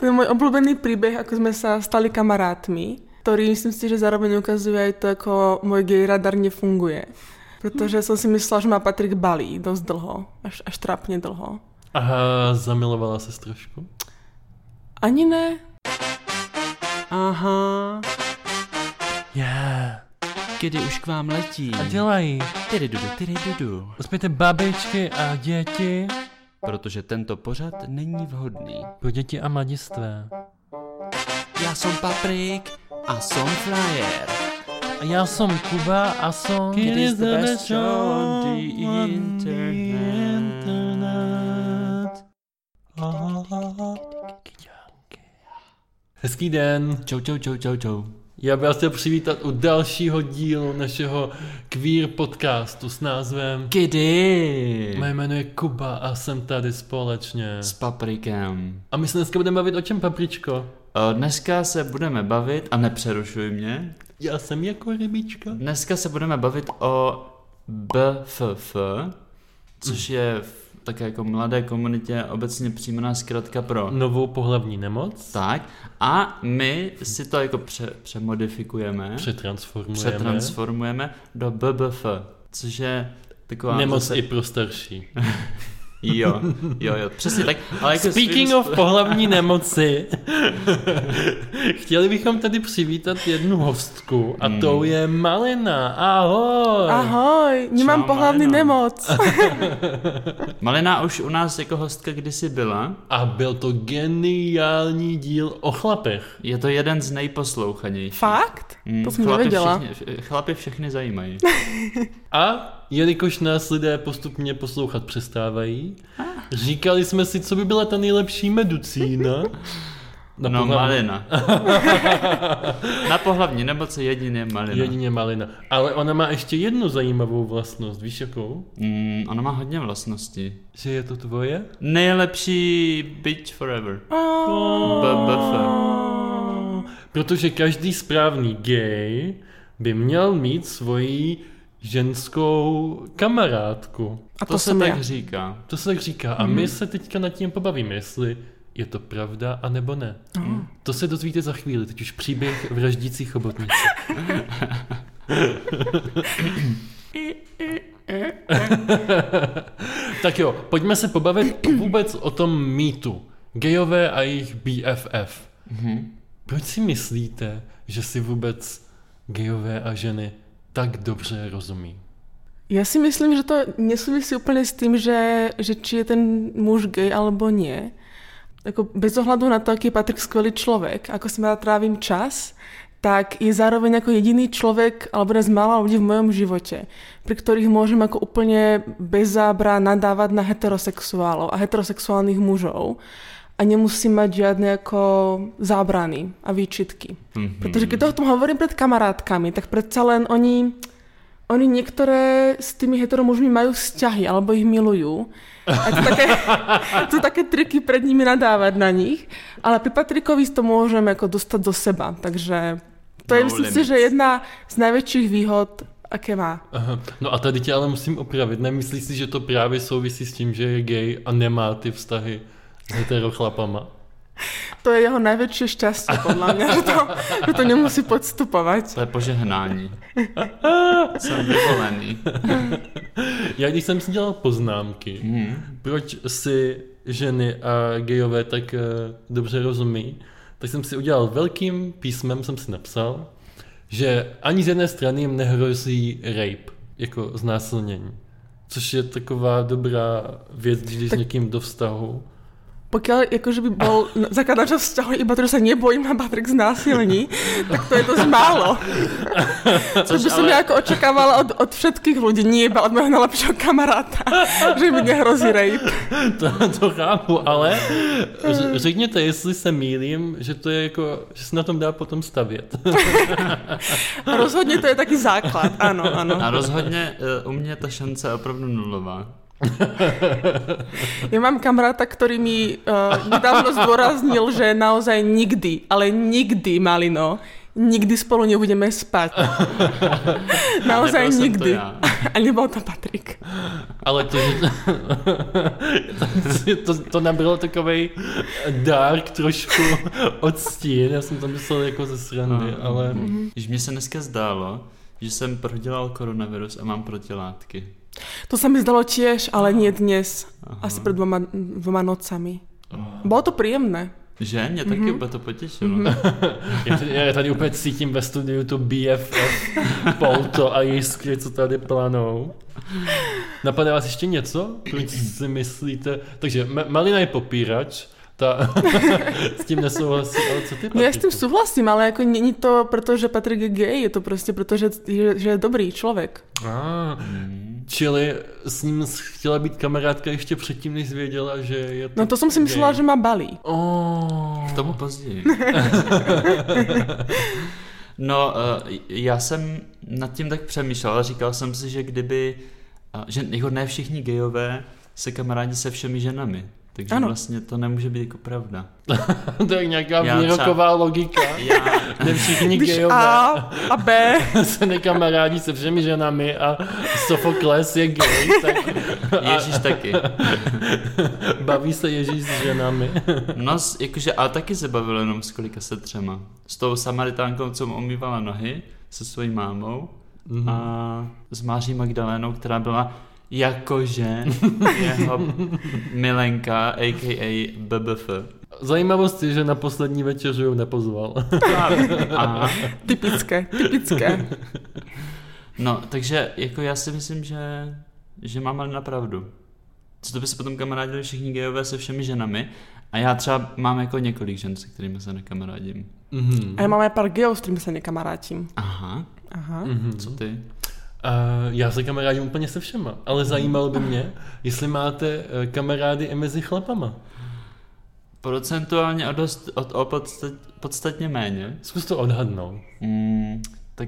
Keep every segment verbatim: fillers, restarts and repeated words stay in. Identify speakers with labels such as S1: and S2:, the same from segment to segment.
S1: To je môj obľúbený príbeh, ako sme sa stali kamarátmi, ktorý myslím si, že zároveň ukazuje aj to, ako môj gay radar nefunguje. Pretože som si myslela, že má Patrik balí dosť dlho, až, až trápne dlho.
S2: Aha, zamilovala sa trošku?
S1: Ani ne.
S3: Aha.
S2: Yeah.
S3: Kdy už k vám letí.
S2: A dělají.
S3: Tyry dudu, tyry dudu.
S2: Uspějte babičky a děti.
S3: Protože tento pořad není vhodný.
S2: Pro děti a mladistvé.
S3: Já som Paprik a som Flyer.
S2: A já jsem Kuba a jsem...
S3: It is the best show on the internet.
S2: Hezký den.
S3: Čau, čau, čau, čau, čau.
S2: Já bych vás chtěl přivítat u dalšího dílu našeho queer podcastu s názvem
S3: Kdy?
S2: Moje jméno je Kuba a jsem tady společně
S3: S Paprikem.
S2: A my se dneska budeme bavit o čem, Papričko?
S3: Dneska se budeme bavit, a nepřerušuj mě.
S2: Já jsem jako rybička.
S3: Dneska se budeme bavit o B F F, což je v také jako mladé komunitě obecně přijímaná zkratka pro
S2: novou pohlavní nemoc.
S3: Tak. A my si to jako pře, přemodifikujeme.
S2: Přetransformujeme.
S3: Přetransformujeme do B B F, což je taková...
S2: Nemoc
S3: zase...
S2: i pro starší.
S3: Jo, jo, jo, přesně tak. Ale jako
S2: Speaking
S3: svým...
S2: of pohlavní nemoci, chtěli bychom tady přivítat jednu hostku a
S3: hmm.
S2: tou je Malina. Ahoj.
S1: Ahoj, nemám
S3: Čau,
S1: pohlavní
S3: Malino.
S1: nemoc.
S3: Malina už u nás jako hostka kdysi byla.
S2: A byl to geniální díl o chlapech.
S3: Je to jeden z nejposlouchanějších.
S1: Fakt?
S3: Hmm,
S1: To jsem
S3: chlapy
S1: nevěděla.
S3: Všichni, chlapy všechny zajímají.
S2: A jelikož nás lidé postupně poslouchat přestávají, říkali jsme si, co by byla ta nejlepší medicína.
S3: Na no pohlavní. Malina. Na pohlavní nemoci jedině malina.
S2: Jedině malina. Ale ona má ještě jednu zajímavou vlastnost. Víš jakou?
S3: Mm, ona má hodně vlastností.
S2: Že je to tvoje?
S3: Nejlepší bitch forever.
S1: Oh.
S3: B B F.
S2: Protože každý správný gay by měl mít svoji ženskou kamarádku.
S1: A to,
S3: To se
S1: jsem
S3: tak
S1: já.
S3: říká.
S2: To se tak říká. A my se teďka nad tím pobavíme, jestli je to pravda, anebo ne.
S1: Mm.
S2: To se dozvíte za chvíli, teď už příběh vraždící chobotnice. Tak jo, pojďme se pobavit vůbec o tom mýtu. Gayové a jejich B F F.
S3: Mm-hmm.
S2: Proč si myslíte, že si vůbec gayové a ženy tak dobře rozumí?
S1: Ja si myslím, že to nesúvisí úplne s tým, že, že či je ten muž gay alebo nie. Ako bez ohľadu na to, aký je Patrik skvelý človek, ako si ma trávim čas, tak je zároveň ako jediný človek alebo jeden z mála ľudí v mojom živote, pri ktorých môžem ako úplne bez zábra nadávať na heterosexuálov a heterosexuálnych mužov a nemusím mať žiadne ako zábrany a výčitky. Mm-hmm. Pretože keď to o tom hovorím pred kamarátkami, tak predsa len oni... Oni niektoré s tými heteromužmi majú vzťahy, alebo ich milujú. A to také, to také triky pred nimi nadávať na nich. Ale pri Patrikovi to môžeme ako dostať do seba. Takže to je, no, myslím si, že jedna z najväčších výhod, aké má.
S2: Aha. No a tady tě ale musím opravit. Nemyslíš si, že to právě souvisí s tím, že je gay a nemá ty vztahy s heterochlapama?
S1: To je jeho najväčšie šťastie, podľa mňa, že to, že to nemusí podstupovať.
S3: To je požehnání. Jsem vyvolený.
S2: Já když jsem si dělal poznámky, hmm. proč si ženy a gayové tak uh, dobře rozumí, tak jsem si udělal velkým písmem, jsem si napsal, že ani z jedné strany jim nehrozí rape, jako znásilnění. Což je taková dobrá věc, když tak... s někým do vztahu.
S1: Pokiaľ akože by bol zakladačom vzťahu iba to, že sa nebojím a Patrik znásilní, tak to je dosť málo. Což by som ale... ja ako očakávala od, od všetkých ľudí, nie iba od mojho najlepšieho kamaráta, že mi nehrozí rape.
S2: To, to chápu, ale řekněte, jestli se mýlím, že to je jako, že se na tom dá potom stavět.
S1: A rozhodne to je taký základ, áno, áno.
S3: A rozhodne u mňa ta šance je opravdu nulová.
S1: Ja mám kamaráta, ktorý mi uh, nedávno zdôraznil, že naozaj nikdy, ale nikdy, Malino, nikdy spolu nebudeme spať. Naozaj
S3: A
S1: nikdy.
S3: To
S1: A nebol to Patrik.
S2: Ale to, že to, to nabralo takovej dark trošku odstín. Já jsem to myslel jako ze srandy,
S3: Aha.
S2: ale...
S3: Když mně se dneska zdálo, že jsem prodělal koronavirus a mám protilátky.
S1: To sa mi zdalo tiež, ale nie dnes.
S3: Aha.
S1: Asi pred dvoma, dvoma nocami. Bolo to príjemné.
S3: Že? Mě taky mm-hmm. to potěšilo.
S1: Mm-hmm.
S2: Já tady, já tady úplně cítím ve studiu tu B F F, Pouto a jiskry, co tady planou. Napadá vás ještě něco? Proč si myslíte? Takže Malina je popírač, ta s tím nesouhlasí, ale co ty, Patriku?
S1: No ja s tým súhlasím, ale ako není to proto, že Patrik je gay, je to prostě proto, že, že, že je dobrý člověk.
S2: Ah, mm. Čili s ním chtěla být kamarádka ještě předtím, než věděla, že je to
S1: No to jsem si myslela,
S2: gay.
S1: že má balí.
S2: Oh.
S3: K tomu později. No, já jsem nad tím tak přemýšlel a říkal jsem si, že kdyby, že jako ne všichni gejové se kamarádí se všemi ženami. Takže ano. Vlastně to nemůže být jako pravda.
S2: To je nějaká výroková logika.
S3: Já...
S2: Ne všichni
S1: Když
S2: gejové
S1: A a B
S2: se nekamarádí se všemi ženami a Sofokles je gay, tak...
S3: Ježíš taky.
S2: Baví se Ježíš s ženami.
S3: No, jakože, ale taky se bavil jenom s kolika se třema. S tou Samaritánkou, co mu umývala nohy, se svojí mámou mm-hmm. a s Máří Magdalénou, která byla jakože jeho milenka, a k a. B B F.
S2: Zajímavost je, že na poslední večeři ju nepozval.
S3: Aha.
S1: Typické, typické.
S3: No, takže jako já si myslím, že, že mám ale na pravdu. Co to by se potom kamarádili všichni gejové se všemi ženami a já třeba mám jako několik žen, se kterými se nekamarádím.
S2: Mm-hmm.
S1: A já mám aj pár gejov, s kterými se nekamarádím.
S3: Aha.
S1: Aha.
S3: Mm-hmm. Co ty?
S2: Uh, já se kamarádím úplně se všema, ale zajímalo by mě, jestli máte kamarády i mezi chlapama.
S3: Procentuálně o, dost, o, o podstat, podstatně méně.
S2: Zkus to odhadnout.
S3: Mm, tak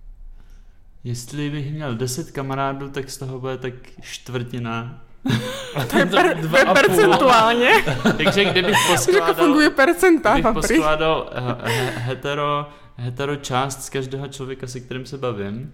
S3: jestli bych měl deset kamarádů, tak z toho bude tak čtvrtina.
S1: To je, per, to je percentuálně.
S3: Takže kdybych poskládal,
S1: jako funguje percenta,
S3: kdybych poskládal he, hetero, hetero část z každého člověka, se kterým se bavím,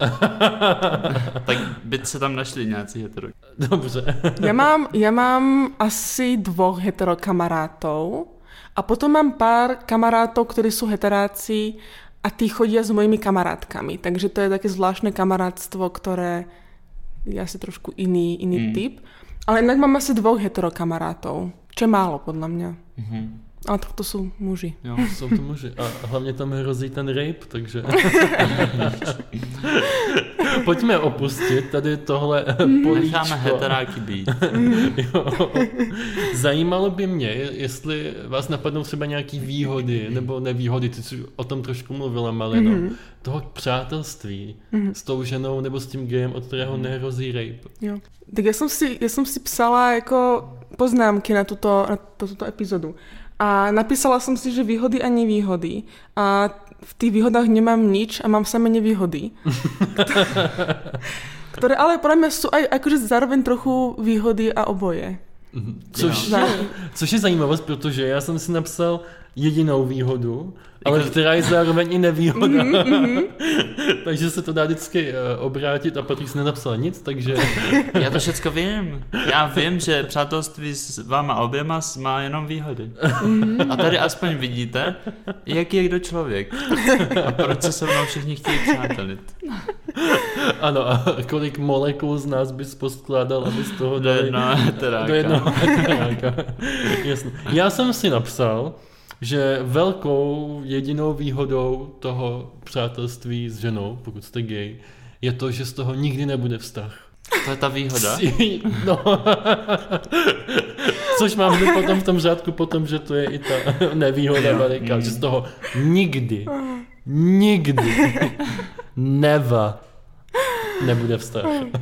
S3: tak by se tam našli nějací hetero.
S2: Dobře.
S1: Ja mám, ja mám asi dvoch hetero kamarátov a potom mám pár kamarátov, ktorí sú heteráci a tí chodia s mojimi kamarátkami. Takže to je také zvláštne kamarátstvo, ktoré je asi trošku iný, iný mm. typ. Ale inak mám asi dvoch hetero kamarátov, čo je málo podľa mňa. Mm-hmm. Ale to jsou muži.
S2: Jo, jsou to muži. A hlavně tam hrozí ten rape, takže... Pojďme opustit tady tohle políčko.
S3: Necháme heteráky být.
S2: Jo. Zajímalo by mě, jestli vás napadnou třeba nějaký výhody nebo nevýhody, ty jsi o tom trošku mluvila, Malino, mm-hmm. toho přátelství mm-hmm. s tou ženou nebo s tím gejem, od kterého nehrozí rape.
S1: Jo. Tak já jsem si, já jsem si psala jako poznámky na tuto, na tuto epizodu. A napísala som si, že výhody a nevýhody. A v tých výhodách nemám nič a mám samé nevýhody. Ktoré ale podľa mňa sú aj akože zároveň trochu výhody a oboje.
S2: Což, což je zajímavost, protože já jsem si napsal jedinou výhodu, ale která je zároveň i nevýhoda. Mm-hmm. Takže se to dá vždycky obrátit a Patrik si nenapsal nic, takže...
S3: Já to všecko vím. Já vím, že přátelství s váma oběma má jenom výhody. Mm-hmm. A tady aspoň vidíte, jaký je kdo člověk. A proč se se mnou všichni chtějí přátelit.
S2: Ano, a kolik molekul z nás bys poskládal, aby z toho
S3: do jednoho heteráka.
S2: Do jednoho heteráka. Jasně. Já jsem si napsal, že velkou jedinou výhodou toho přátelství s ženou, pokud jste gay, je to, že z toho nikdy nebude vztah.
S3: To je ta výhoda?
S2: No. Což mám hned potom v tom řádku potom, že to je i ta nevýhoda veliká, mm. že z toho nikdy, nikdy, never nebude vztah.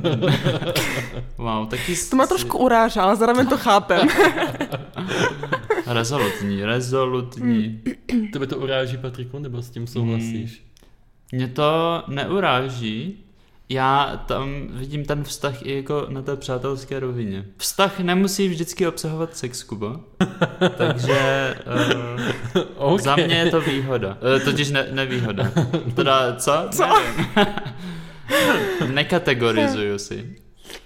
S3: Wow, taky...
S1: To má trošku uráža, ale zároveň to chápem.
S3: Rezolutní, rezolutní.
S2: Mm. Tebe to uráží, Patriku, nebo s tím souhlasíš?
S3: Mm. Mě to neuráží, Já tam vidím ten vztah i jako na té přátelské rovině. Vztah nemusí vždycky obsahovat sex, Kubo. Takže uh, okay. Za mě je to výhoda. Uh, totiž ne, nevýhoda. Teda co?
S1: Co?
S3: Nekategorizuju si.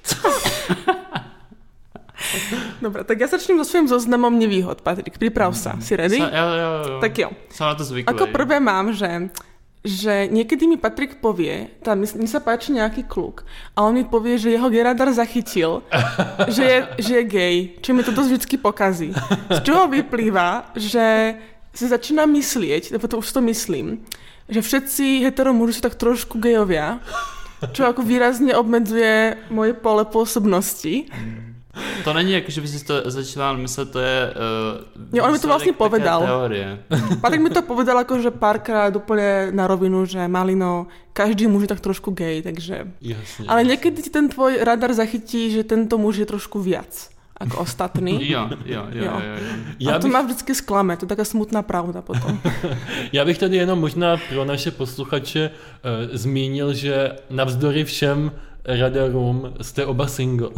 S1: Dobre, tak ja začnem so svojím zoznamom nevýhod, Patrik. Priprav sa. Si ready?
S3: Sa, jo, jo, jo.
S1: Tak jo.
S3: Som na to zvyklý.
S1: Ako prvé mám, že, že niekedy mi Patrik povie, tam mi sa páči nejaký kluk, a on mi povie, že jeho geradar zachytil, že je, že je gay, čo mi to dosť vždycky pokazí. Z čoho vyplýva, že si začína myslieť, lebo to už to myslím, že všetci heteromuži sú tak trošku gejovia, čo ako výrazne obmedzuje moje pole pôsobnosti.
S3: To není jako, že by si to začala myslet, to je... Uh,
S1: jo, on mi to vlastne povedal.
S3: Teórie.
S1: Patrik mi to povedal akože párkrát úplne na rovinu, že Malino, každý muž je tak trošku gej, takže...
S2: Jasne,
S1: ale
S2: jasne.
S1: niekedy ti ten tvoj radar zachytí, že tento muž je trošku viac ako ostatný.
S3: jo, jo, jo, jo, jo.
S1: jo. A to bych... ma vždycky sklame, to je taká smutná pravda potom.
S2: Já bych tady jenom možná pro naše posluchače uh, zmínil, že navzdory všem radarům jste oba single.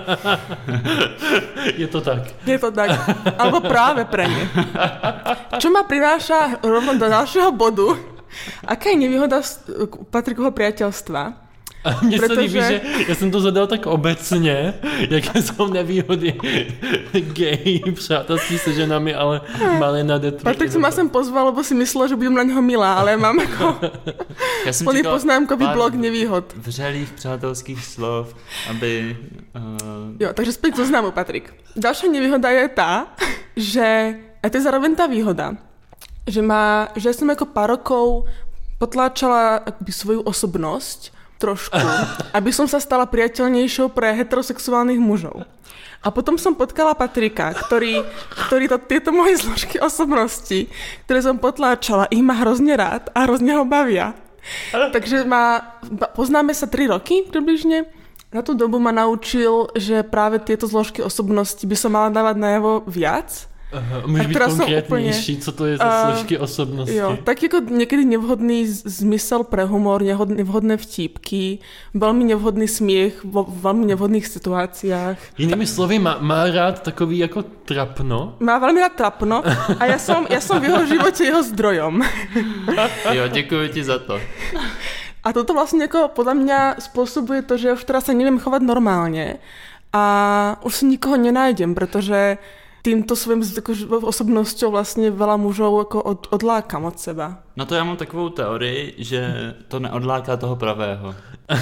S2: Je to tak.
S1: Je to tak. Alebo práve pre ne. Čo ma prináša rovno do ďalšieho bodu? Aká je nevýhoda Patrikovho priateľstva?
S2: A mně Protože... se líbí, že já jsem to zadal tak obecně, jaké jsou nevýhody gay přátelství se ženami, ale Malina jde...
S1: Patrik si ma sem pozval, lebo si myslel, že budem na něho milá, ale mám jako plný poznámkový blok nevýhod.
S3: Vřelých přátelských slov, aby... Uh...
S1: Jo, takže zpět zoznámu, Patrik. Další nevýhoda je tá, že, a to je zároveň tá výhoda, že, má, že jsem jako pár rokov potláčala akoby svoju osobnosť trošku, aby som sa stala priateľnejšou pre heterosexuálnych mužov. A potom som potkala Patrika, ktorý, ktorý to, tieto moje zložky osobnosti, ktoré som potláčala, ich má hrozne rád a hrozne ho bavia. Takže má, poznáme sa tri roky približne. Na tú dobu ma naučil, že práve tieto zložky osobnosti by som mala dávať najavo viac.
S2: Aha, můžeš být konkrétnější, úplně, co to je za uh, složky osobnosti.
S1: Jo, tak jako někdy nevhodný zmysel pre humor, nevhodné vtípky, velmi nevhodný směch v velmi nevhodných situáciách.
S2: Jinými slovy, má, má rád takový jako trapno?
S1: Má velmi rád trapno a já jsem, já jsem v jeho životě jeho zdrojom.
S3: Jo, děkuji ti za to.
S1: A toto vlastně jako podle mě způsobuje to, že už teda se nevím chovat normálně a už si nikoho nenájdem, protože týmto svým osobnosťou vlastně veľa mužov jako od, odlákám od seba.
S3: Na to já mám takovou teorii, že to neodláká toho pravého.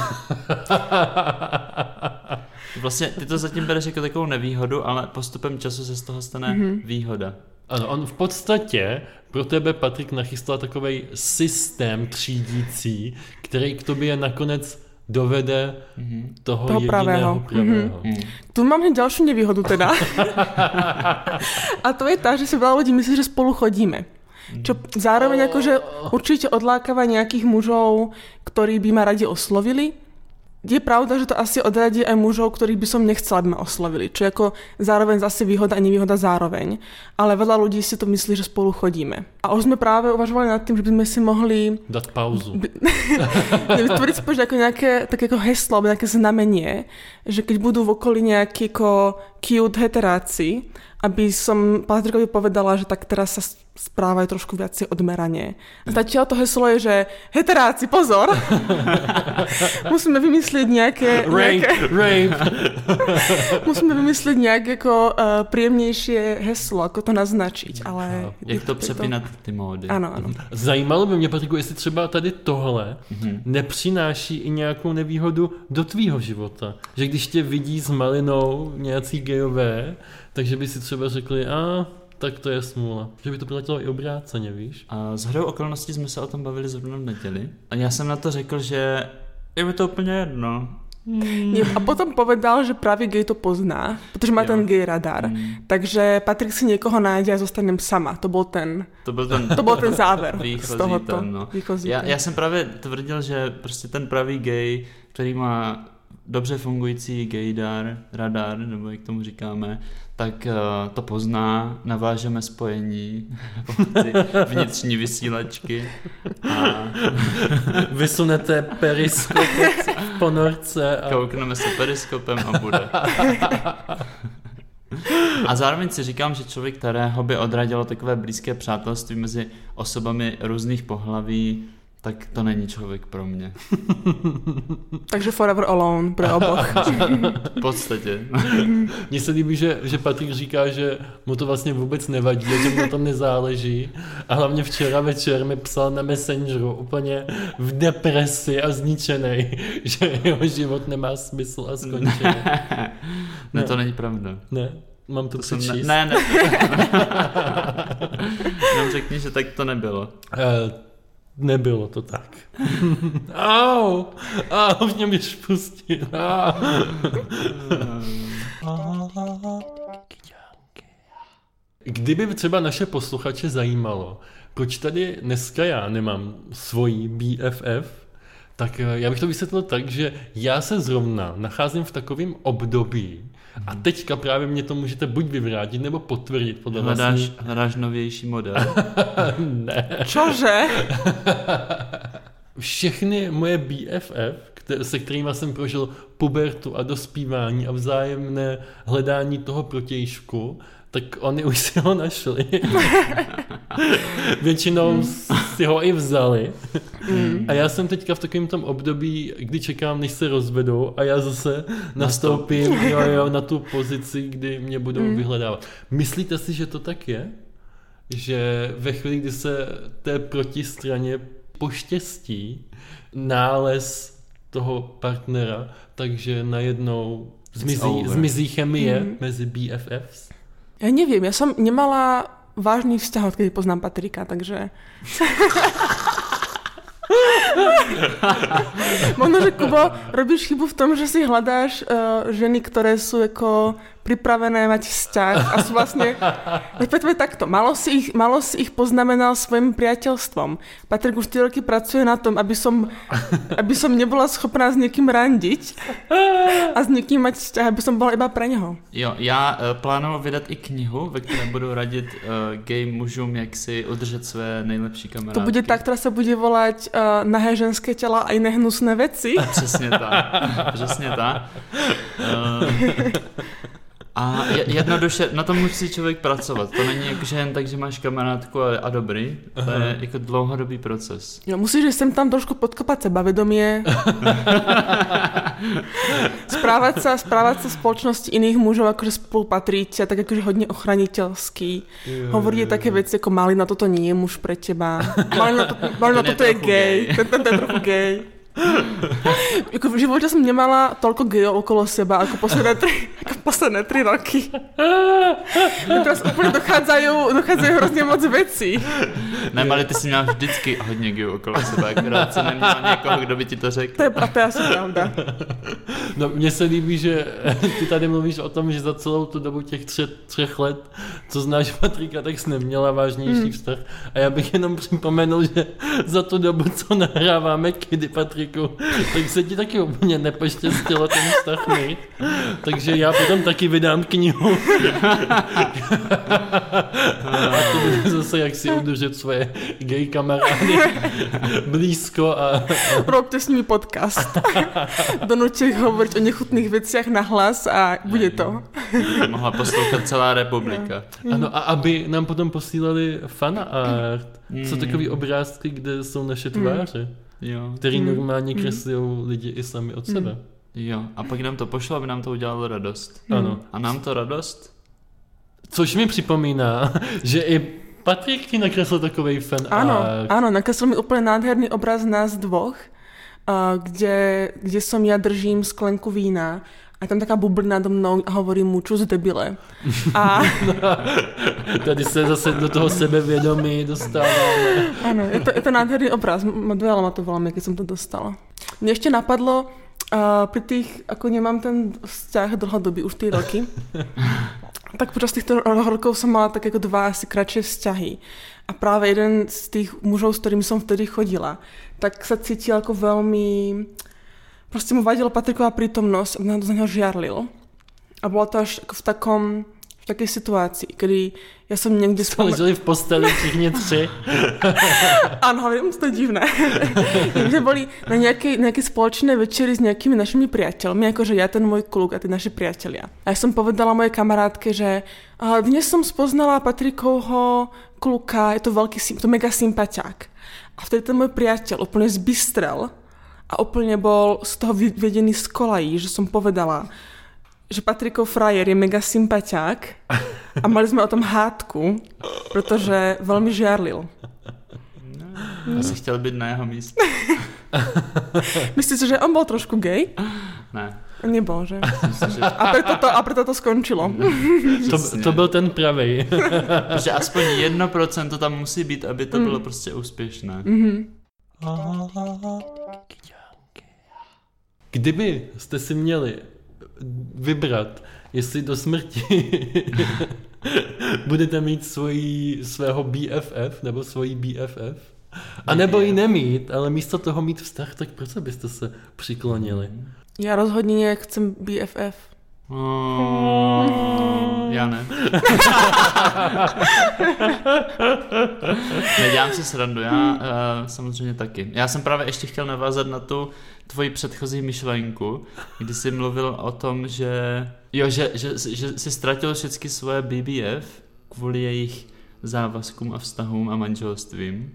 S3: Vlastně ty to zatím bereš jako takovou nevýhodu, ale postupem času se z toho stane mm-hmm. výhoda.
S2: Ano, on v podstatě pro tebe, Patrik, nachystal takovej systém třídící, který k tobě nakonec dovede mm-hmm. toho, toho jediného pravého. pravého. Mm-hmm.
S1: Tu mám hned ďalšiu nevýhodu teda. A to je tá, že si veľa ľudí myslí, že spolu chodíme. Čo zároveň akože určite odlákava nejakých mužov, ktorí by ma radi oslovili. Je pravda, že to asi odradí aj mužov, ktorých by som nechcela, aby ma oslovili. Čo je ako zároveň zase výhoda a nevýhoda zároveň. Ale veľa ľudí si to myslí, že spolu chodíme. A už sme práve uvažovali nad tým, že by sme si mohli...
S2: dať pauzu.
S1: Vytvoriť spôjde ako nejaké také ako heslo, alebo nejaké znamenie, že keď budú v okolí nejakí ako cute heteráci, aby som Patrikovi povedala, že tak teraz sa správajú trošku viacej odmeranie. Zatiaľ to heslo je, že heteráci, pozor! Musíme vymyslieť nejaké...
S2: Rape, nejaké... rape.
S1: Musíme vymyslieť nejaké ako, uh, príjemnejšie heslo, ako to naznačiť, ale...
S3: Jak to přepínat ty módy.
S1: Ano, ano.
S2: Zajímalo by mě, Patriku, jestli třeba tady tohle mm-hmm. nepřináší i nějakou nevýhodu do tvýho života. Že když tě vidí s Malinou nějací gejové, takže by si třeba řekli, a tak to je smůla. Že by to platilo i obráceně, víš?
S3: A s hodou okolností jsme se o tom bavili zrovna v neděli. A já jsem na to řekl, že je mi to úplně jedno.
S1: Hmm. A potom povedal, že právě gay to pozná, protože má jo. ten gay radar. Hmm. Takže Patrik si někoho najde a zostanem sama. To byl ten,
S3: to byl ten,
S1: to byl ten záver
S3: výchozí
S1: z tohoto.
S3: Ten, no.
S1: výchozí
S3: já,
S1: ten.
S3: já jsem právě tvrdil, že prostě ten pravý gay, který má dobře fungující gaydar, radar, nebo jak tomu říkáme, tak uh, to pozná, navážeme spojení ty vnitřní vysílačky a
S2: vysunete periskop v ponorce a
S3: koukneme se periskopem a bude. A zároveň si říkám, že člověk, kterého by odradilo takové blízké přátelství mezi osobami různých pohlaví, tak to není člověk pro mě.
S1: Takže forever alone pro oboch.
S3: V podstatě.
S2: Mně se líbí, že, že Patrik říká, že mu to vlastně vůbec nevadí, že mu na tom nezáleží. A hlavně včera večer mi psal na Messengeru úplně v depresi a zničený, že jeho život nemá smysl a skončil.
S3: Ne, ne, to není pravda.
S2: Ne, mám to, to přečíst.
S3: Ne, ne. Nám řekni, že tak to nebylo.
S2: Uh, Nebylo to tak. Au, au, už mě můžeš pustit. Kdyby třeba naše posluchače zajímalo, proč tady dneska já nemám svoji B F F, tak já bych to vysvětlil tak, že já se zrovna nacházím v takovém období a teďka právě mě to můžete buď vyvrátit, nebo potvrdit podle
S3: hledáš,
S2: vlastní...
S3: hledáš novější model.
S2: Ne.
S1: Čože?
S2: Všechny moje B F F, které, se kterými jsem prožil pubertu a dospívání a vzájemné hledání toho protějšku, tak oni už si ho našli. Většinou si ho i vzali. Mm. A já jsem teďka v takovém tom období, kdy čekám, než se rozvedou a já zase nastoupím jo, jo, na tu pozici, kdy mě budou mm. vyhledávat. Myslíte si, že to tak je? Že ve chvíli, kdy se té protistraně poštěstí nález toho partnera, takže najednou zmizí, zmizí chemie mm. mezi B F Fs?
S1: Ja neviem, ja som nemala vážny vzťah, odkedy poznám Patrika, takže... Možno, že Kubo, robíš chybu v tom, že si hľadáš uh, ženy, ktoré sú ako pripravené mať vzťah a sú vlastne... Respektíve takto, malo si, ich, malo si ich poznamenal svojim priateľstvom. Patrik už tie roky pracuje na tom, aby som, aby som nebola schopná s niekým randiť a s niekým mať vzťah, aby som bola iba pre neho.
S3: Jo, já uh, plánuju vydat i knihu, ve které budu radit uh, gay mužům, jak si udržet své nejlepší kamarádky.
S1: To bude tá, ktorá sa bude volať uh, Nahé ženské tela a iné hnusné veci.
S3: Přesně tak, přesně tak. Uh, a jednoduše, na tom musí člověk pracovat. To není jako, že jen tak, že máš kamarádku a, a dobrý. To je jako dlouhodobý proces.
S1: Jo, musíš sem tam trošku podkopat sebavedomie. správať sa, správať sa spoločnosti iných mužov, akože spolu patríte, tak akože hodne ochraniteľský. Hovoriť také veci, ako Malina, toto nie je muž pre teba. Malina, to, Malina toto je gay. Ten, ten, ten je trochu gay. Jako v životě jsem nemala toľko gejov okolo seba ako posledné tri, ako posledné tri roky. Teraz úplně dochádzajú, dochádzajú hrozně moc věcí.
S3: Ne, Mali, ty jsi měla vždycky hodně gejů okolo seba, akorát si neměla někoho, kdo by ti to řekl.
S1: To je, a to je asi pravda.
S2: No, mně se líbí, že ty tady mluvíš o tom, že za celou tu dobu těch tře, třech let, co znáš Patrika, tak jsi neměla vážnější hmm. vztah. A já bych jenom připomenul, že za tu dobu, co nahráváme Kedy Patrik, tak se ti taky úplně nepoštěstilo ten vztah mít. Takže já potom taky vydám knihu. A to bude zase, jak si udržet svoje gay kamarády blízko. A...
S1: Robte s nimi podcast. Donuďte ich hovoriť o nechutných veciach na hlas a bude to.
S3: Mohla poslouchat celá republika.
S2: Ano, a aby nám potom posílali fan art. Jsou takový obrázky, kde jsou naše tváře. Jo. Který mm. normálně kreslí mm. lidi i sami od sebe.
S3: Mm. Jo, a pak nám to pošlo, aby nám to udělalo radost.
S2: Mm. Ano.
S3: A nám to radost?
S2: Což mi připomíná, že i Patrik ti nakreslil takovej fan
S1: Áno,
S2: art.
S1: áno, nakreslil mi úplne nádherný obraz nás dvoch, uh, kde, kde som ja držím sklenku vína a tam taká bublina do mnou a hovorím mu, čus debile. A...
S2: No, tady se zase do toho sebevědomí dostáváme.
S1: Áno, je to, je to nádherný obraz. Dojalo ma to veľmi, keď som to dostala. Mne ešte napadlo, uh, pri tých, ako nemám ten vzťah dlhodobý už tie roky, tak počas týchto rokov som mala tak ako dva asi kratšie vzťahy. A práve jeden z tých mužov, s ktorými som vtedy chodila, tak sa cítil ako veľmi Prostě mu vadila Patriková prítomnosť a na něho žiarlil. A bolo to až v takom, v takej situácii, kedy ja som niekde...
S2: Jste leželi v posteli všichni tři.
S1: Áno, ale to je divné. My sme boli na nejakej, nejakej spoločnej večeri s nejakými našimi priateľmi, akože ja, ten môj kluk a tí naši priatelia. A ja som povedala mojej kamarátke, že dnes som spoznala Patrikovho kluka, je to veľký, to mega sympaťák. A vtedy ten môj priateľ úplne zbystrel a úplne bol z toho vyvedený z kolají, že som povedala, že Patrikov frajer je mega sympaťák a mali sme o tom hádku, protože veľmi žiarlil.
S3: No, asi chtěl být na jeho místě.
S1: Myslíte, že on bol trošku gay?
S3: Ne.
S1: Nebol, že? A preto to, a preto to skončilo.
S2: To, to byl ten pravej.
S3: Protože aspoň jedno procento tam musí být, aby to bylo prostě úspěšné.
S1: Mm-hmm.
S2: Kdyby jste si měli vybrat, jestli do smrti budete mít svojí, svého B F F nebo svojí B F F, a nebo ji nemít, ale místo toho mít vztah, tak proč byste se přiklonili?
S1: Já rozhodně nějak chcem B F F.
S3: Oh, já ne. Nedělám si srandu, já uh, samozřejmě taky. Já jsem právě ještě chtěl navázat na tu tvoji předchozí myšlenku, kdy jsi mluvil o tom, že jo, že, že, že, že jsi ztratil všechny svoje B B F kvůli jejich závazkům a vztahům a manželstvím.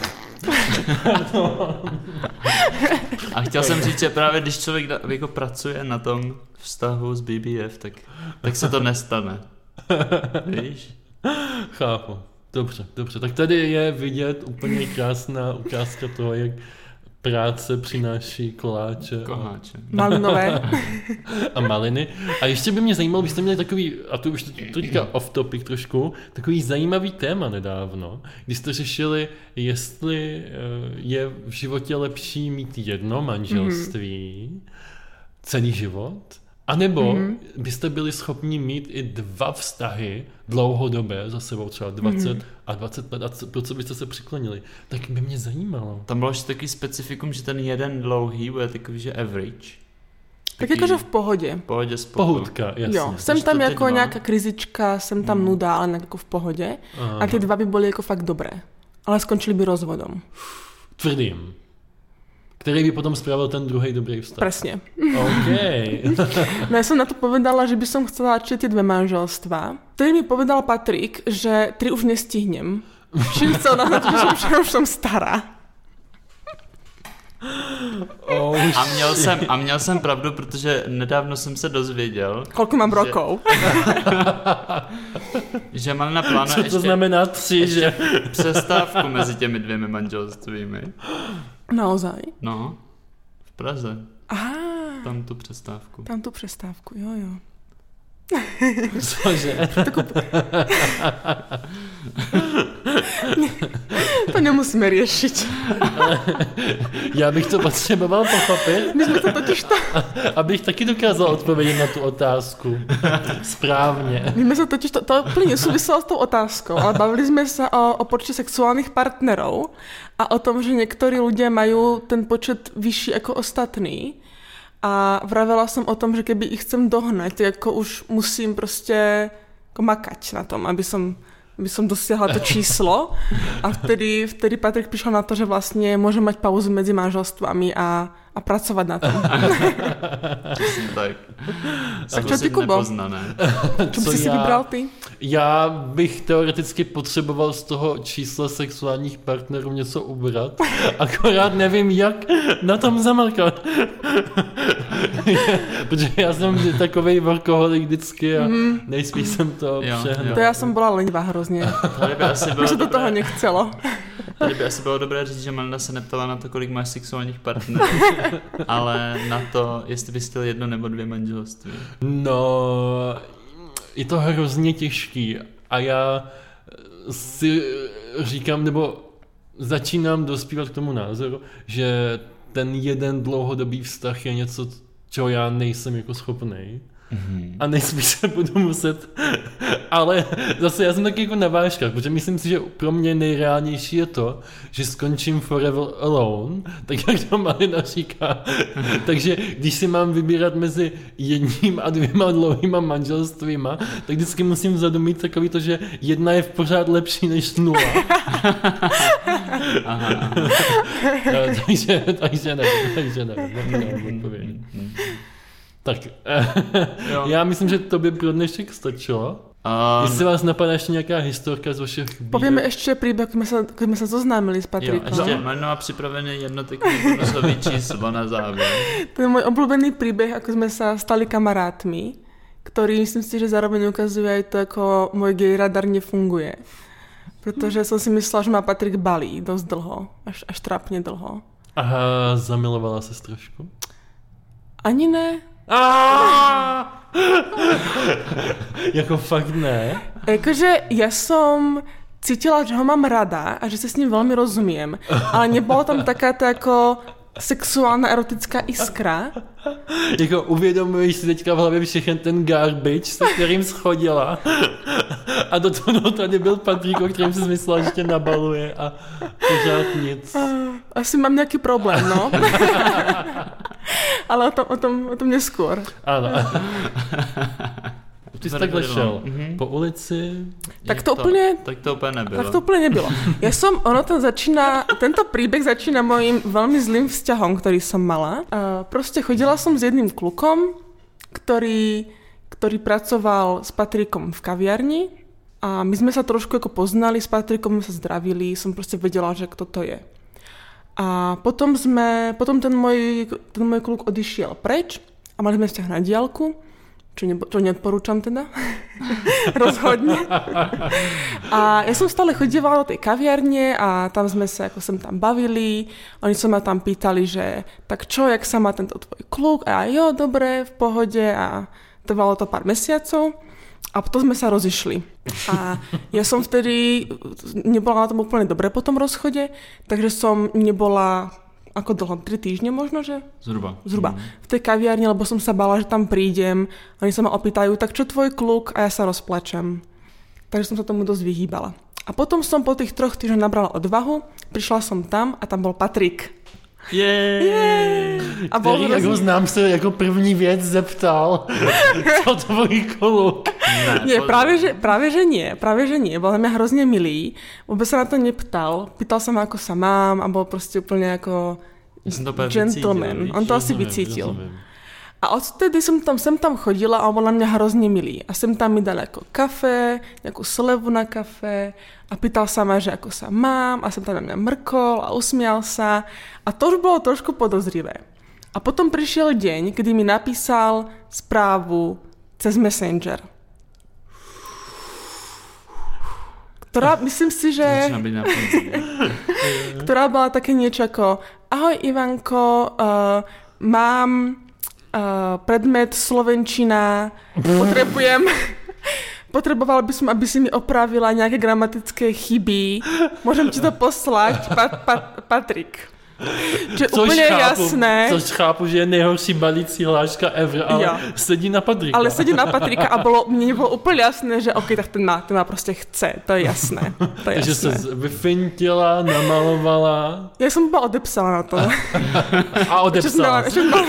S3: A chtěl jsem říct, že právě když člověk jako pracuje na tom vztahu s B B F, tak, tak se to nestane. Víš?
S2: Chápu. Dobře, dobře. Tak tady je vidět úplně krásná ukázka toho, jak práce přináší koláče.
S3: Koláče.
S1: Malinové.
S2: A maliny. A ještě by mě zajímalo, byste měli takový, a to už to říká off topic trošku, takový zajímavý téma nedávno, když jste řešili, jestli je v životě lepší mít jedno manželství, mm-hmm. celý život, anebo mm-hmm. byste byli schopni mít i dva vztahy dlouhodobé za sebou, třeba dvacet mm-hmm. a dvacet let, a pro co byste se přiklonili, tak by mě zajímalo.
S3: Tam bylo ještě takový specifikum, že ten jeden dlouhý bude takový, že average.
S1: Tak jakože v pohodě.
S3: V pohodě spolu.
S2: Pohudka, jasně.
S1: Jo, jsem tam jako nějaká krizička, jsem tam mm. nuda, ale jako v pohodě. Aha. A ty dva by byly jako fakt dobré. Ale skončili by rozvodom.
S2: Tvrdým. Který by potom spravil ten druhý dobrý vztah.
S1: Presne.
S2: OK.
S1: No ja som na to povedala, že by som chcela radšej tie dve manželstvá. Vtedy mi povedal Patrik, že tri už nestihnem. Čím chcel nahnať, že som, že už som stará.
S2: Oh,
S3: a, měl jsem, a měl jsem pravdu, protože nedávno jsem se dozvěděl.
S1: Koľko mám
S3: že,
S1: rokov?
S3: Že mám na plánu
S2: ještě... Co to znamená tři, že?
S3: Přestávku mezi těmi dvěmi manželstvími.
S1: Naozaj?
S3: No, v Praze.
S1: Aha.
S3: Tam tu přestávku.
S1: Tam tu přestávku, jo, jo.
S2: Cože?
S1: To nemusíme riešiť.
S2: Já bych to potřeboval pochopit.
S1: My jsme to totiž to...
S2: Abych taky dokázal odpovědět na tu otázku. Správně.
S1: My jsme to totiž to... To úplně nesúviselo s tou otázkou, ale bavili jsme se o, o počte sexuálnych partnerov a o tom, že něktorí ľudia majú ten počet vyšší ako ostatní. A vravela som o tom, že keby ich chcem dohnať, tak ako už musím prostě jako makať na tom, aby som, aby som dosiahla to číslo. A vtedy, vtedy Patrik prišiel na to, že vlastne môžem mať pauzu medzi manželstvami a, a pracovať na tom.
S3: Tak.
S1: A čo ty, Kubo? Čo by si si vybral ty?
S2: Já bych teoreticky potřeboval z toho čísla sexuálních partnerů něco ubrat, akorát nevím, jak na tom zamakat. Protože já jsem takovej workoholik vždycky a mm. nejspíš jsem to přehnal.
S1: To já jsem byla lenivá hrozně. Už se do toho nechcelo.
S3: Tady by asi bylo dobré říct, že Malina se neptala na to, kolik máš sexuálních partnerů, ale na to, jestli bys chtěl jedno nebo dvě manželství.
S2: No, je to hrozně těžký a já si říkám, nebo začínám dospívat k tomu názoru, že ten jeden dlouhodobý vztah je něco, čeho já nejsem jako schopnej. Mm-hmm. A nejspíš se budu muset Ale zase já jsem taky jako na vážkách, protože myslím si, že pro mě nejreálnější je to, že skončím forever alone, tak jak to Malina říká. Takže když si mám vybírat mezi jedním a dvěma dlouhýma manželstvíma, tak vždycky musím vzadu mít takový to, že jedna je v pořád lepší než nula. Aha. takže, takže nevím, takže nevím, nevím odpověď. Tak, já myslím, že to by pro dnešek stačilo. Um, Jestli vás napadá ještě nějaká historka z vašich bílek?
S1: Povieme ještě příběh, když jsme se zoznámili s Patrikom.
S3: Jo, ještě Malina má připravené jedno takové bonusové číslo na závěr.
S1: To je můj oblíbený příběh, ako jsme se stali kamarátmi, který myslím si, že zároveň ukazuje aj to, jako můj gay radar nefunguje. Protože jsem si myslela, že má Patrik balí dost dlho, až, až trápně dlho.
S2: Aha, zamilovala se trošku?
S1: Ani ne.
S2: Jako fakt ne?
S1: Jakože já jsem cítila, že ho mám rada a že se s ním velmi rozumím, ale nebyla tam taká ta jako sexuálna erotická iskra.
S2: Jako uvědomuješ si teďka v hlavě všechny ten garbage, se kterým schodila a do toho tady byl Patrik, o kterém si myslela, že tě nabaluje a pořád nic.
S1: Asi mám nějaký problém, no. Ale o tom, o tom, o tom neskôr.
S2: Ano. Ty jsi takhle šel mm-hmm. po ulici.
S1: Tak to, to úplně...
S3: Tak to úplně nebylo.
S1: Tak to úplně nebylo. Ja som, ono to začína, tento príbeh začína mojím veľmi zlým vzťahom, ktorý som mala. Uh, proste chodila som s jedným klukom, ktorý, ktorý pracoval s Patrikom v kaviarni a my sme sa trošku ako poznali, s Patrikom sme sa zdravili, som proste vedela, že kto to je. A potom sme, potom ten môj, ten môj kluk odišiel preč a mali sme vzťah na diaľku, čo, ne, čo neodporúčam teda, rozhodne. A ja som stále chodívala do tej kaviarne a tam sme sa ako sem tam bavili, oni sa ma tam pýtali, že tak čo, jak sa má tento tvoj kluk? A ja, jo, dobre, v pohode a trvalo to pár mesiacov. A potom sme sa rozišli. A ja som vtedy nebola na tom úplne dobre po tom rozchode, takže som nebola, ako dlho, tri týždne možno, že?
S3: Zhruba.
S1: Zhruba. V tej kaviarni, lebo som sa bala, že tam prídem. Oni sa ma opýtajú, tak čo tvoj kluk? A ja sa rozplačem. Takže som sa tomu dosť vyhýbala. A potom som po tých troch týždňoch nabrala odvahu, prišla som tam a tam bol Patrik.
S2: Jej!
S1: Yeah. A bol
S2: který, jak ho znám, se jako první věc zeptal, co tvoj kluk.
S1: Ne, nie, práve že, práve že nie, práve že nie. Bol na mňa hrozne milý, vôbec sa na to neptal. Pýtal sa ma, ako sa mám a bol proste úplne ako gentleman.
S3: Vycítil,
S1: on to asi vycítil. A odtedy som tam, sem tam chodila a on bol na mňa hrozne milý. A sem tam mi dal ako kafe, nejakú slevu na kafe a pýtal sa ma, že ako sa mám a sem tam na mňa mrkol a usmial sa. A to už bolo trošku podozrivé. A potom prišiel deň, kedy mi napísal správu cez Messenger. Ktorá, myslím si, že... ktorá bola také niečo ako ahoj Ivanko, uh, mám... Uh, predmet slovenčina, potrebujem, potreboval by som, aby si mi opravila nejaké gramatické chyby, môžem ti to poslať, Pat, Pat, Patrik. Že
S2: což
S1: úplně
S2: chápu,
S1: jasné.
S2: Což chápu, že je nejhorší balící hláška ever, ale jo. sedí na Patrika.
S1: Ale sedí na Patrika a bylo, mně bylo úplně jasné, že ok, tak ten má, ten má prostě chce, to je jasné. To je
S2: Takže
S1: jasné.
S2: se vyfintila, namalovala.
S1: Já jsem byla odepsala na to.
S2: A odepsala.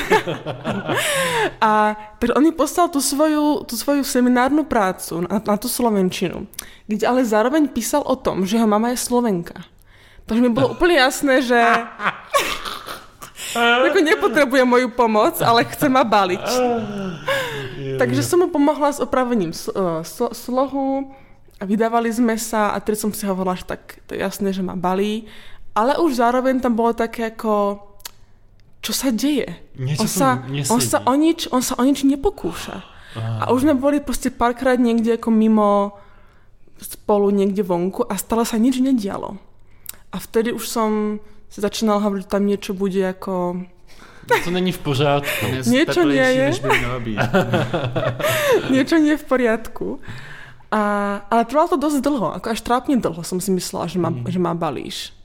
S1: A takže on mi poslal tu svoju, tu svoju seminárnu prácu na, na tu slovenčinu, kde ale zároveň písal o tom, že jeho mama je Slovenka. Takže mi bylo úplně jasné, že jako nepotřebuje moju pomoc, ale chce ma baliť. Takže jsem mu pomohla s opravením slohu a vydávali jsme se a teď jsem si hovorila, že tak to je jasné, že ma balí, ale už zároveň tam bylo tak jako, čo sa děje? On sa, on, sa o nič, on sa o nič nepokúša. A už jsme byli prostě párkrát někde jako mimo spolu někde vonku a stále sa nič nedialo. A vtedy už som si začínala hovoriť, že tam niečo bude ako...
S2: To není v pořádku.
S1: Niečo nie je. Niečo nie je v poriadku. A, ale trvalo to dosť dlho, ako až trápne dlho som si myslela, že ma, mm. že ma balíš.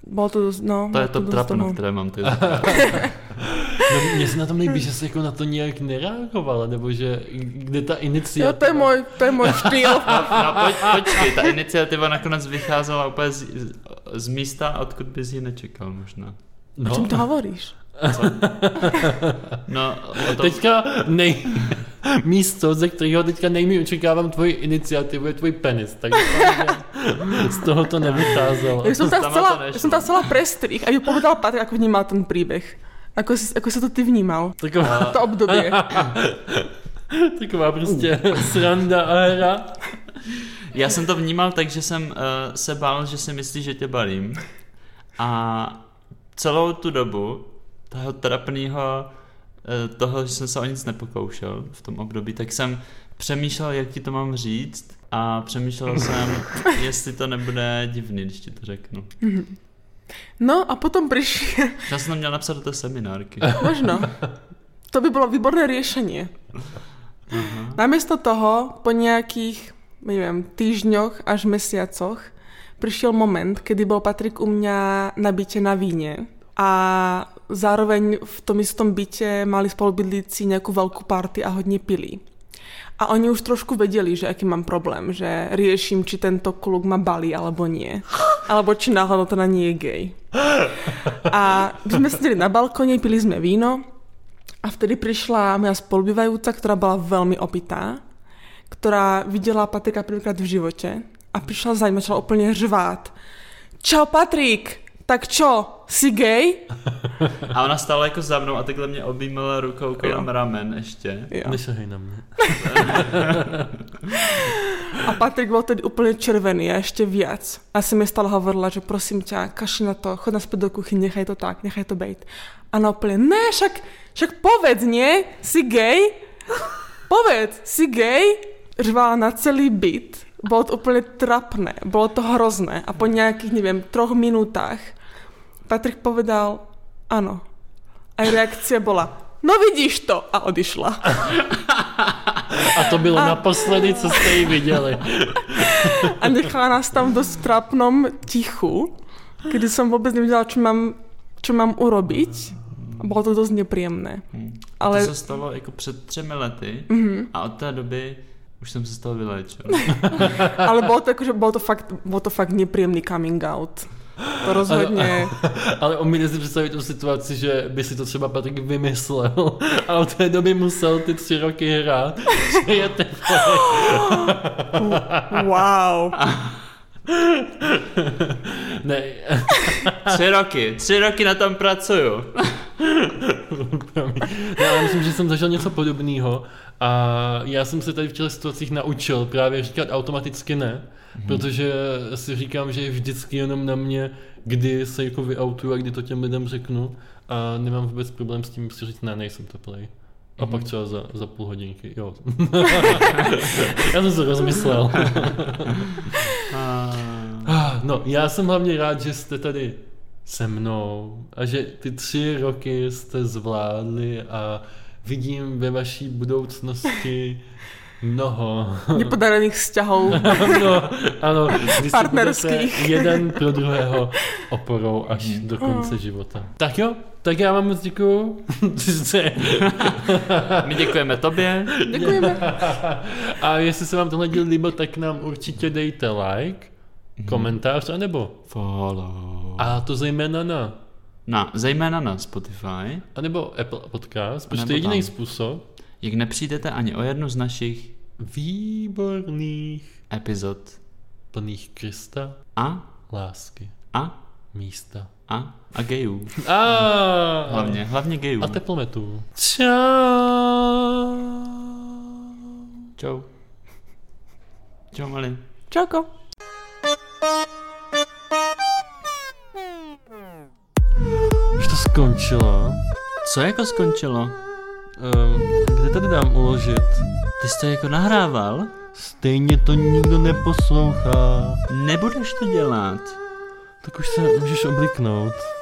S1: Bylo to dost, no.
S3: To je to trapno, které mám teď.
S2: No, mně se na tom nejbí, že jsi jako na to nějak nereagovala, nebo že kde ta iniciativa...
S1: Jo, to je můj, to je můj štýl.
S3: No, no pojď, počkej, ta iniciativa nakonec vycházela úplně z, z místa, odkud bys ji nečekal možná.
S1: No. O čem to hovoríš?
S3: Co? No, o tom...
S2: Teďka nej... místo, ze kterého teďka nejmí očekávám tvoji iniciativu, je tvůj penis, tak z toho to nevycházelo.
S1: Já jsem tam celá, já jsem tam celá prestrih a ju povedal Patrik, ako vnímal ten príbeh. Ako, ako sa to ty vnímal?
S2: Taková...
S1: To obdobie.
S2: Taková prostě sranda a hra.
S3: Já jsem to vnímal tak, že jsem uh, se bál, že si myslí, že tě balím. A celou tu dobu toho trapného, uh, toho, že jsem se o nic nepokoušel v tom období, tak jsem přemýšlel, jak ti to mám říct a přemýšlel jsem, jestli to nebude divný, když ti to řeknu.
S1: No a potom prišiel...
S3: Já jsem to měl napsat do té seminárky.
S1: Možno. To by bylo výborné riešenie. Uh-huh. Namiesto toho, po nejakých, neviem, týždňoch až mesiacoch, prišiel moment, kedy bol Patrik u mňa na byte na víne a zároveň v tom istom byte mali spolubydlíci nejakú veľkú party a hodne pili. A oni už trošku vedeli, že aký mám problém, že riešim, či tento kluk ma balí alebo nie. Alebo či náhodou to na nie je gay. A sme sedeli na balkóne, pili sme víno a vtedy prišla moja spolubývajúca, ktorá bola veľmi opitá, ktorá videla Patrika prvýkrát v živote a prišla za ním, začala úplne řvát. Čau Patrik, tak čo, si gay?
S3: A ona stála jako za mnou a takhle mě objímala rukou kolem ramen ještě.
S2: Nesahej na mě.
S1: A Patrik bol tedy úplne červený a ešte viac. A si mi stále hovorila, že prosím ťa, kaši na to, chod naspäť do kuchyň, nechaj to tak, nechaj to bejt. A ona úplne, ne, však, však povedz, nie? Si gay? Povedz, si gay? Řvala na celý byt. Bolo to úplne trapné, bolo to hrozné. A po nejakých, neviem, troch minútach Patrik povedal áno. A reakcia bola, no vidíš to, a odišla.
S2: A to bylo a... naposledy, co jste ji viděli.
S1: A nechala nás tam v dosť trapnom tichu, kedy som vôbec nevedela, čo mám, čo mám urobiť. Bolo to dosť nepríjemné.
S3: Ale... To se stalo jako před třemi lety mm-hmm. a od té doby už jsem se z toho vyléčil.
S1: Ale bolo to, akože, bolo to fakt, bolo to fakt nepríjemný coming out. To rozhodně.
S2: Ale, ale umíte si představit tu situaci, že by si to třeba Patrik vymyslel a od té doby musel ty tři roky hrát, že je teprve.
S1: Wow.
S2: Ne.
S3: Tři roky, tři roky na tom pracuju.
S2: Ne, ale myslím, že jsem zažil něco podobného a já jsem se tady v těch situacích naučil právě říkat automaticky ne, hmm. protože si říkám, že je vždycky jenom na mě, kdy se jako vyautuju a kdy to těm lidem řeknu a nemám vůbec problém s tím si říct ne, nejsem teplej. A pak třeba za, za půl hodinky, jo. Já jsem se rozmyslel. No, já jsem hlavně rád, že jste tady se mnou a že ty tři roky jste zvládli a vidím ve vaší budoucnosti mnoho
S1: nepodarených vzťahov.
S2: No, ano,
S1: partnerských.
S2: Jeden pro druhého oporou až do konce života. Tak jo, tak já vám moc děkuju.
S3: My děkujeme tobě.
S1: Děkujeme.
S2: A jestli se vám tohle díl líbil, tak nám určitě dejte like, komentář anebo
S3: follow.
S2: A to zejména na
S3: na, zejména na Spotify
S2: anebo Apple Podcast, protože to je jediný způsob,
S3: jak nepřijdete ani o jednu z našich
S2: výborných
S3: epizod
S2: plných Krista
S3: a
S2: lásky
S3: a
S2: místa
S3: a a gejů.
S2: A
S3: hlavně, hlavně gejů.
S2: A teplometů. Čau.
S3: Čau. Čau, malý.
S1: Čauko.
S2: Už to skončilo.
S3: Co jako skončilo?
S2: Um, kde tady dám uložit?
S3: Ty jsi to jako nahrával?
S2: Stejně to nikdo neposlouchá.
S3: Nebudeš to dělat.
S2: Tak už se můžeš obliknout.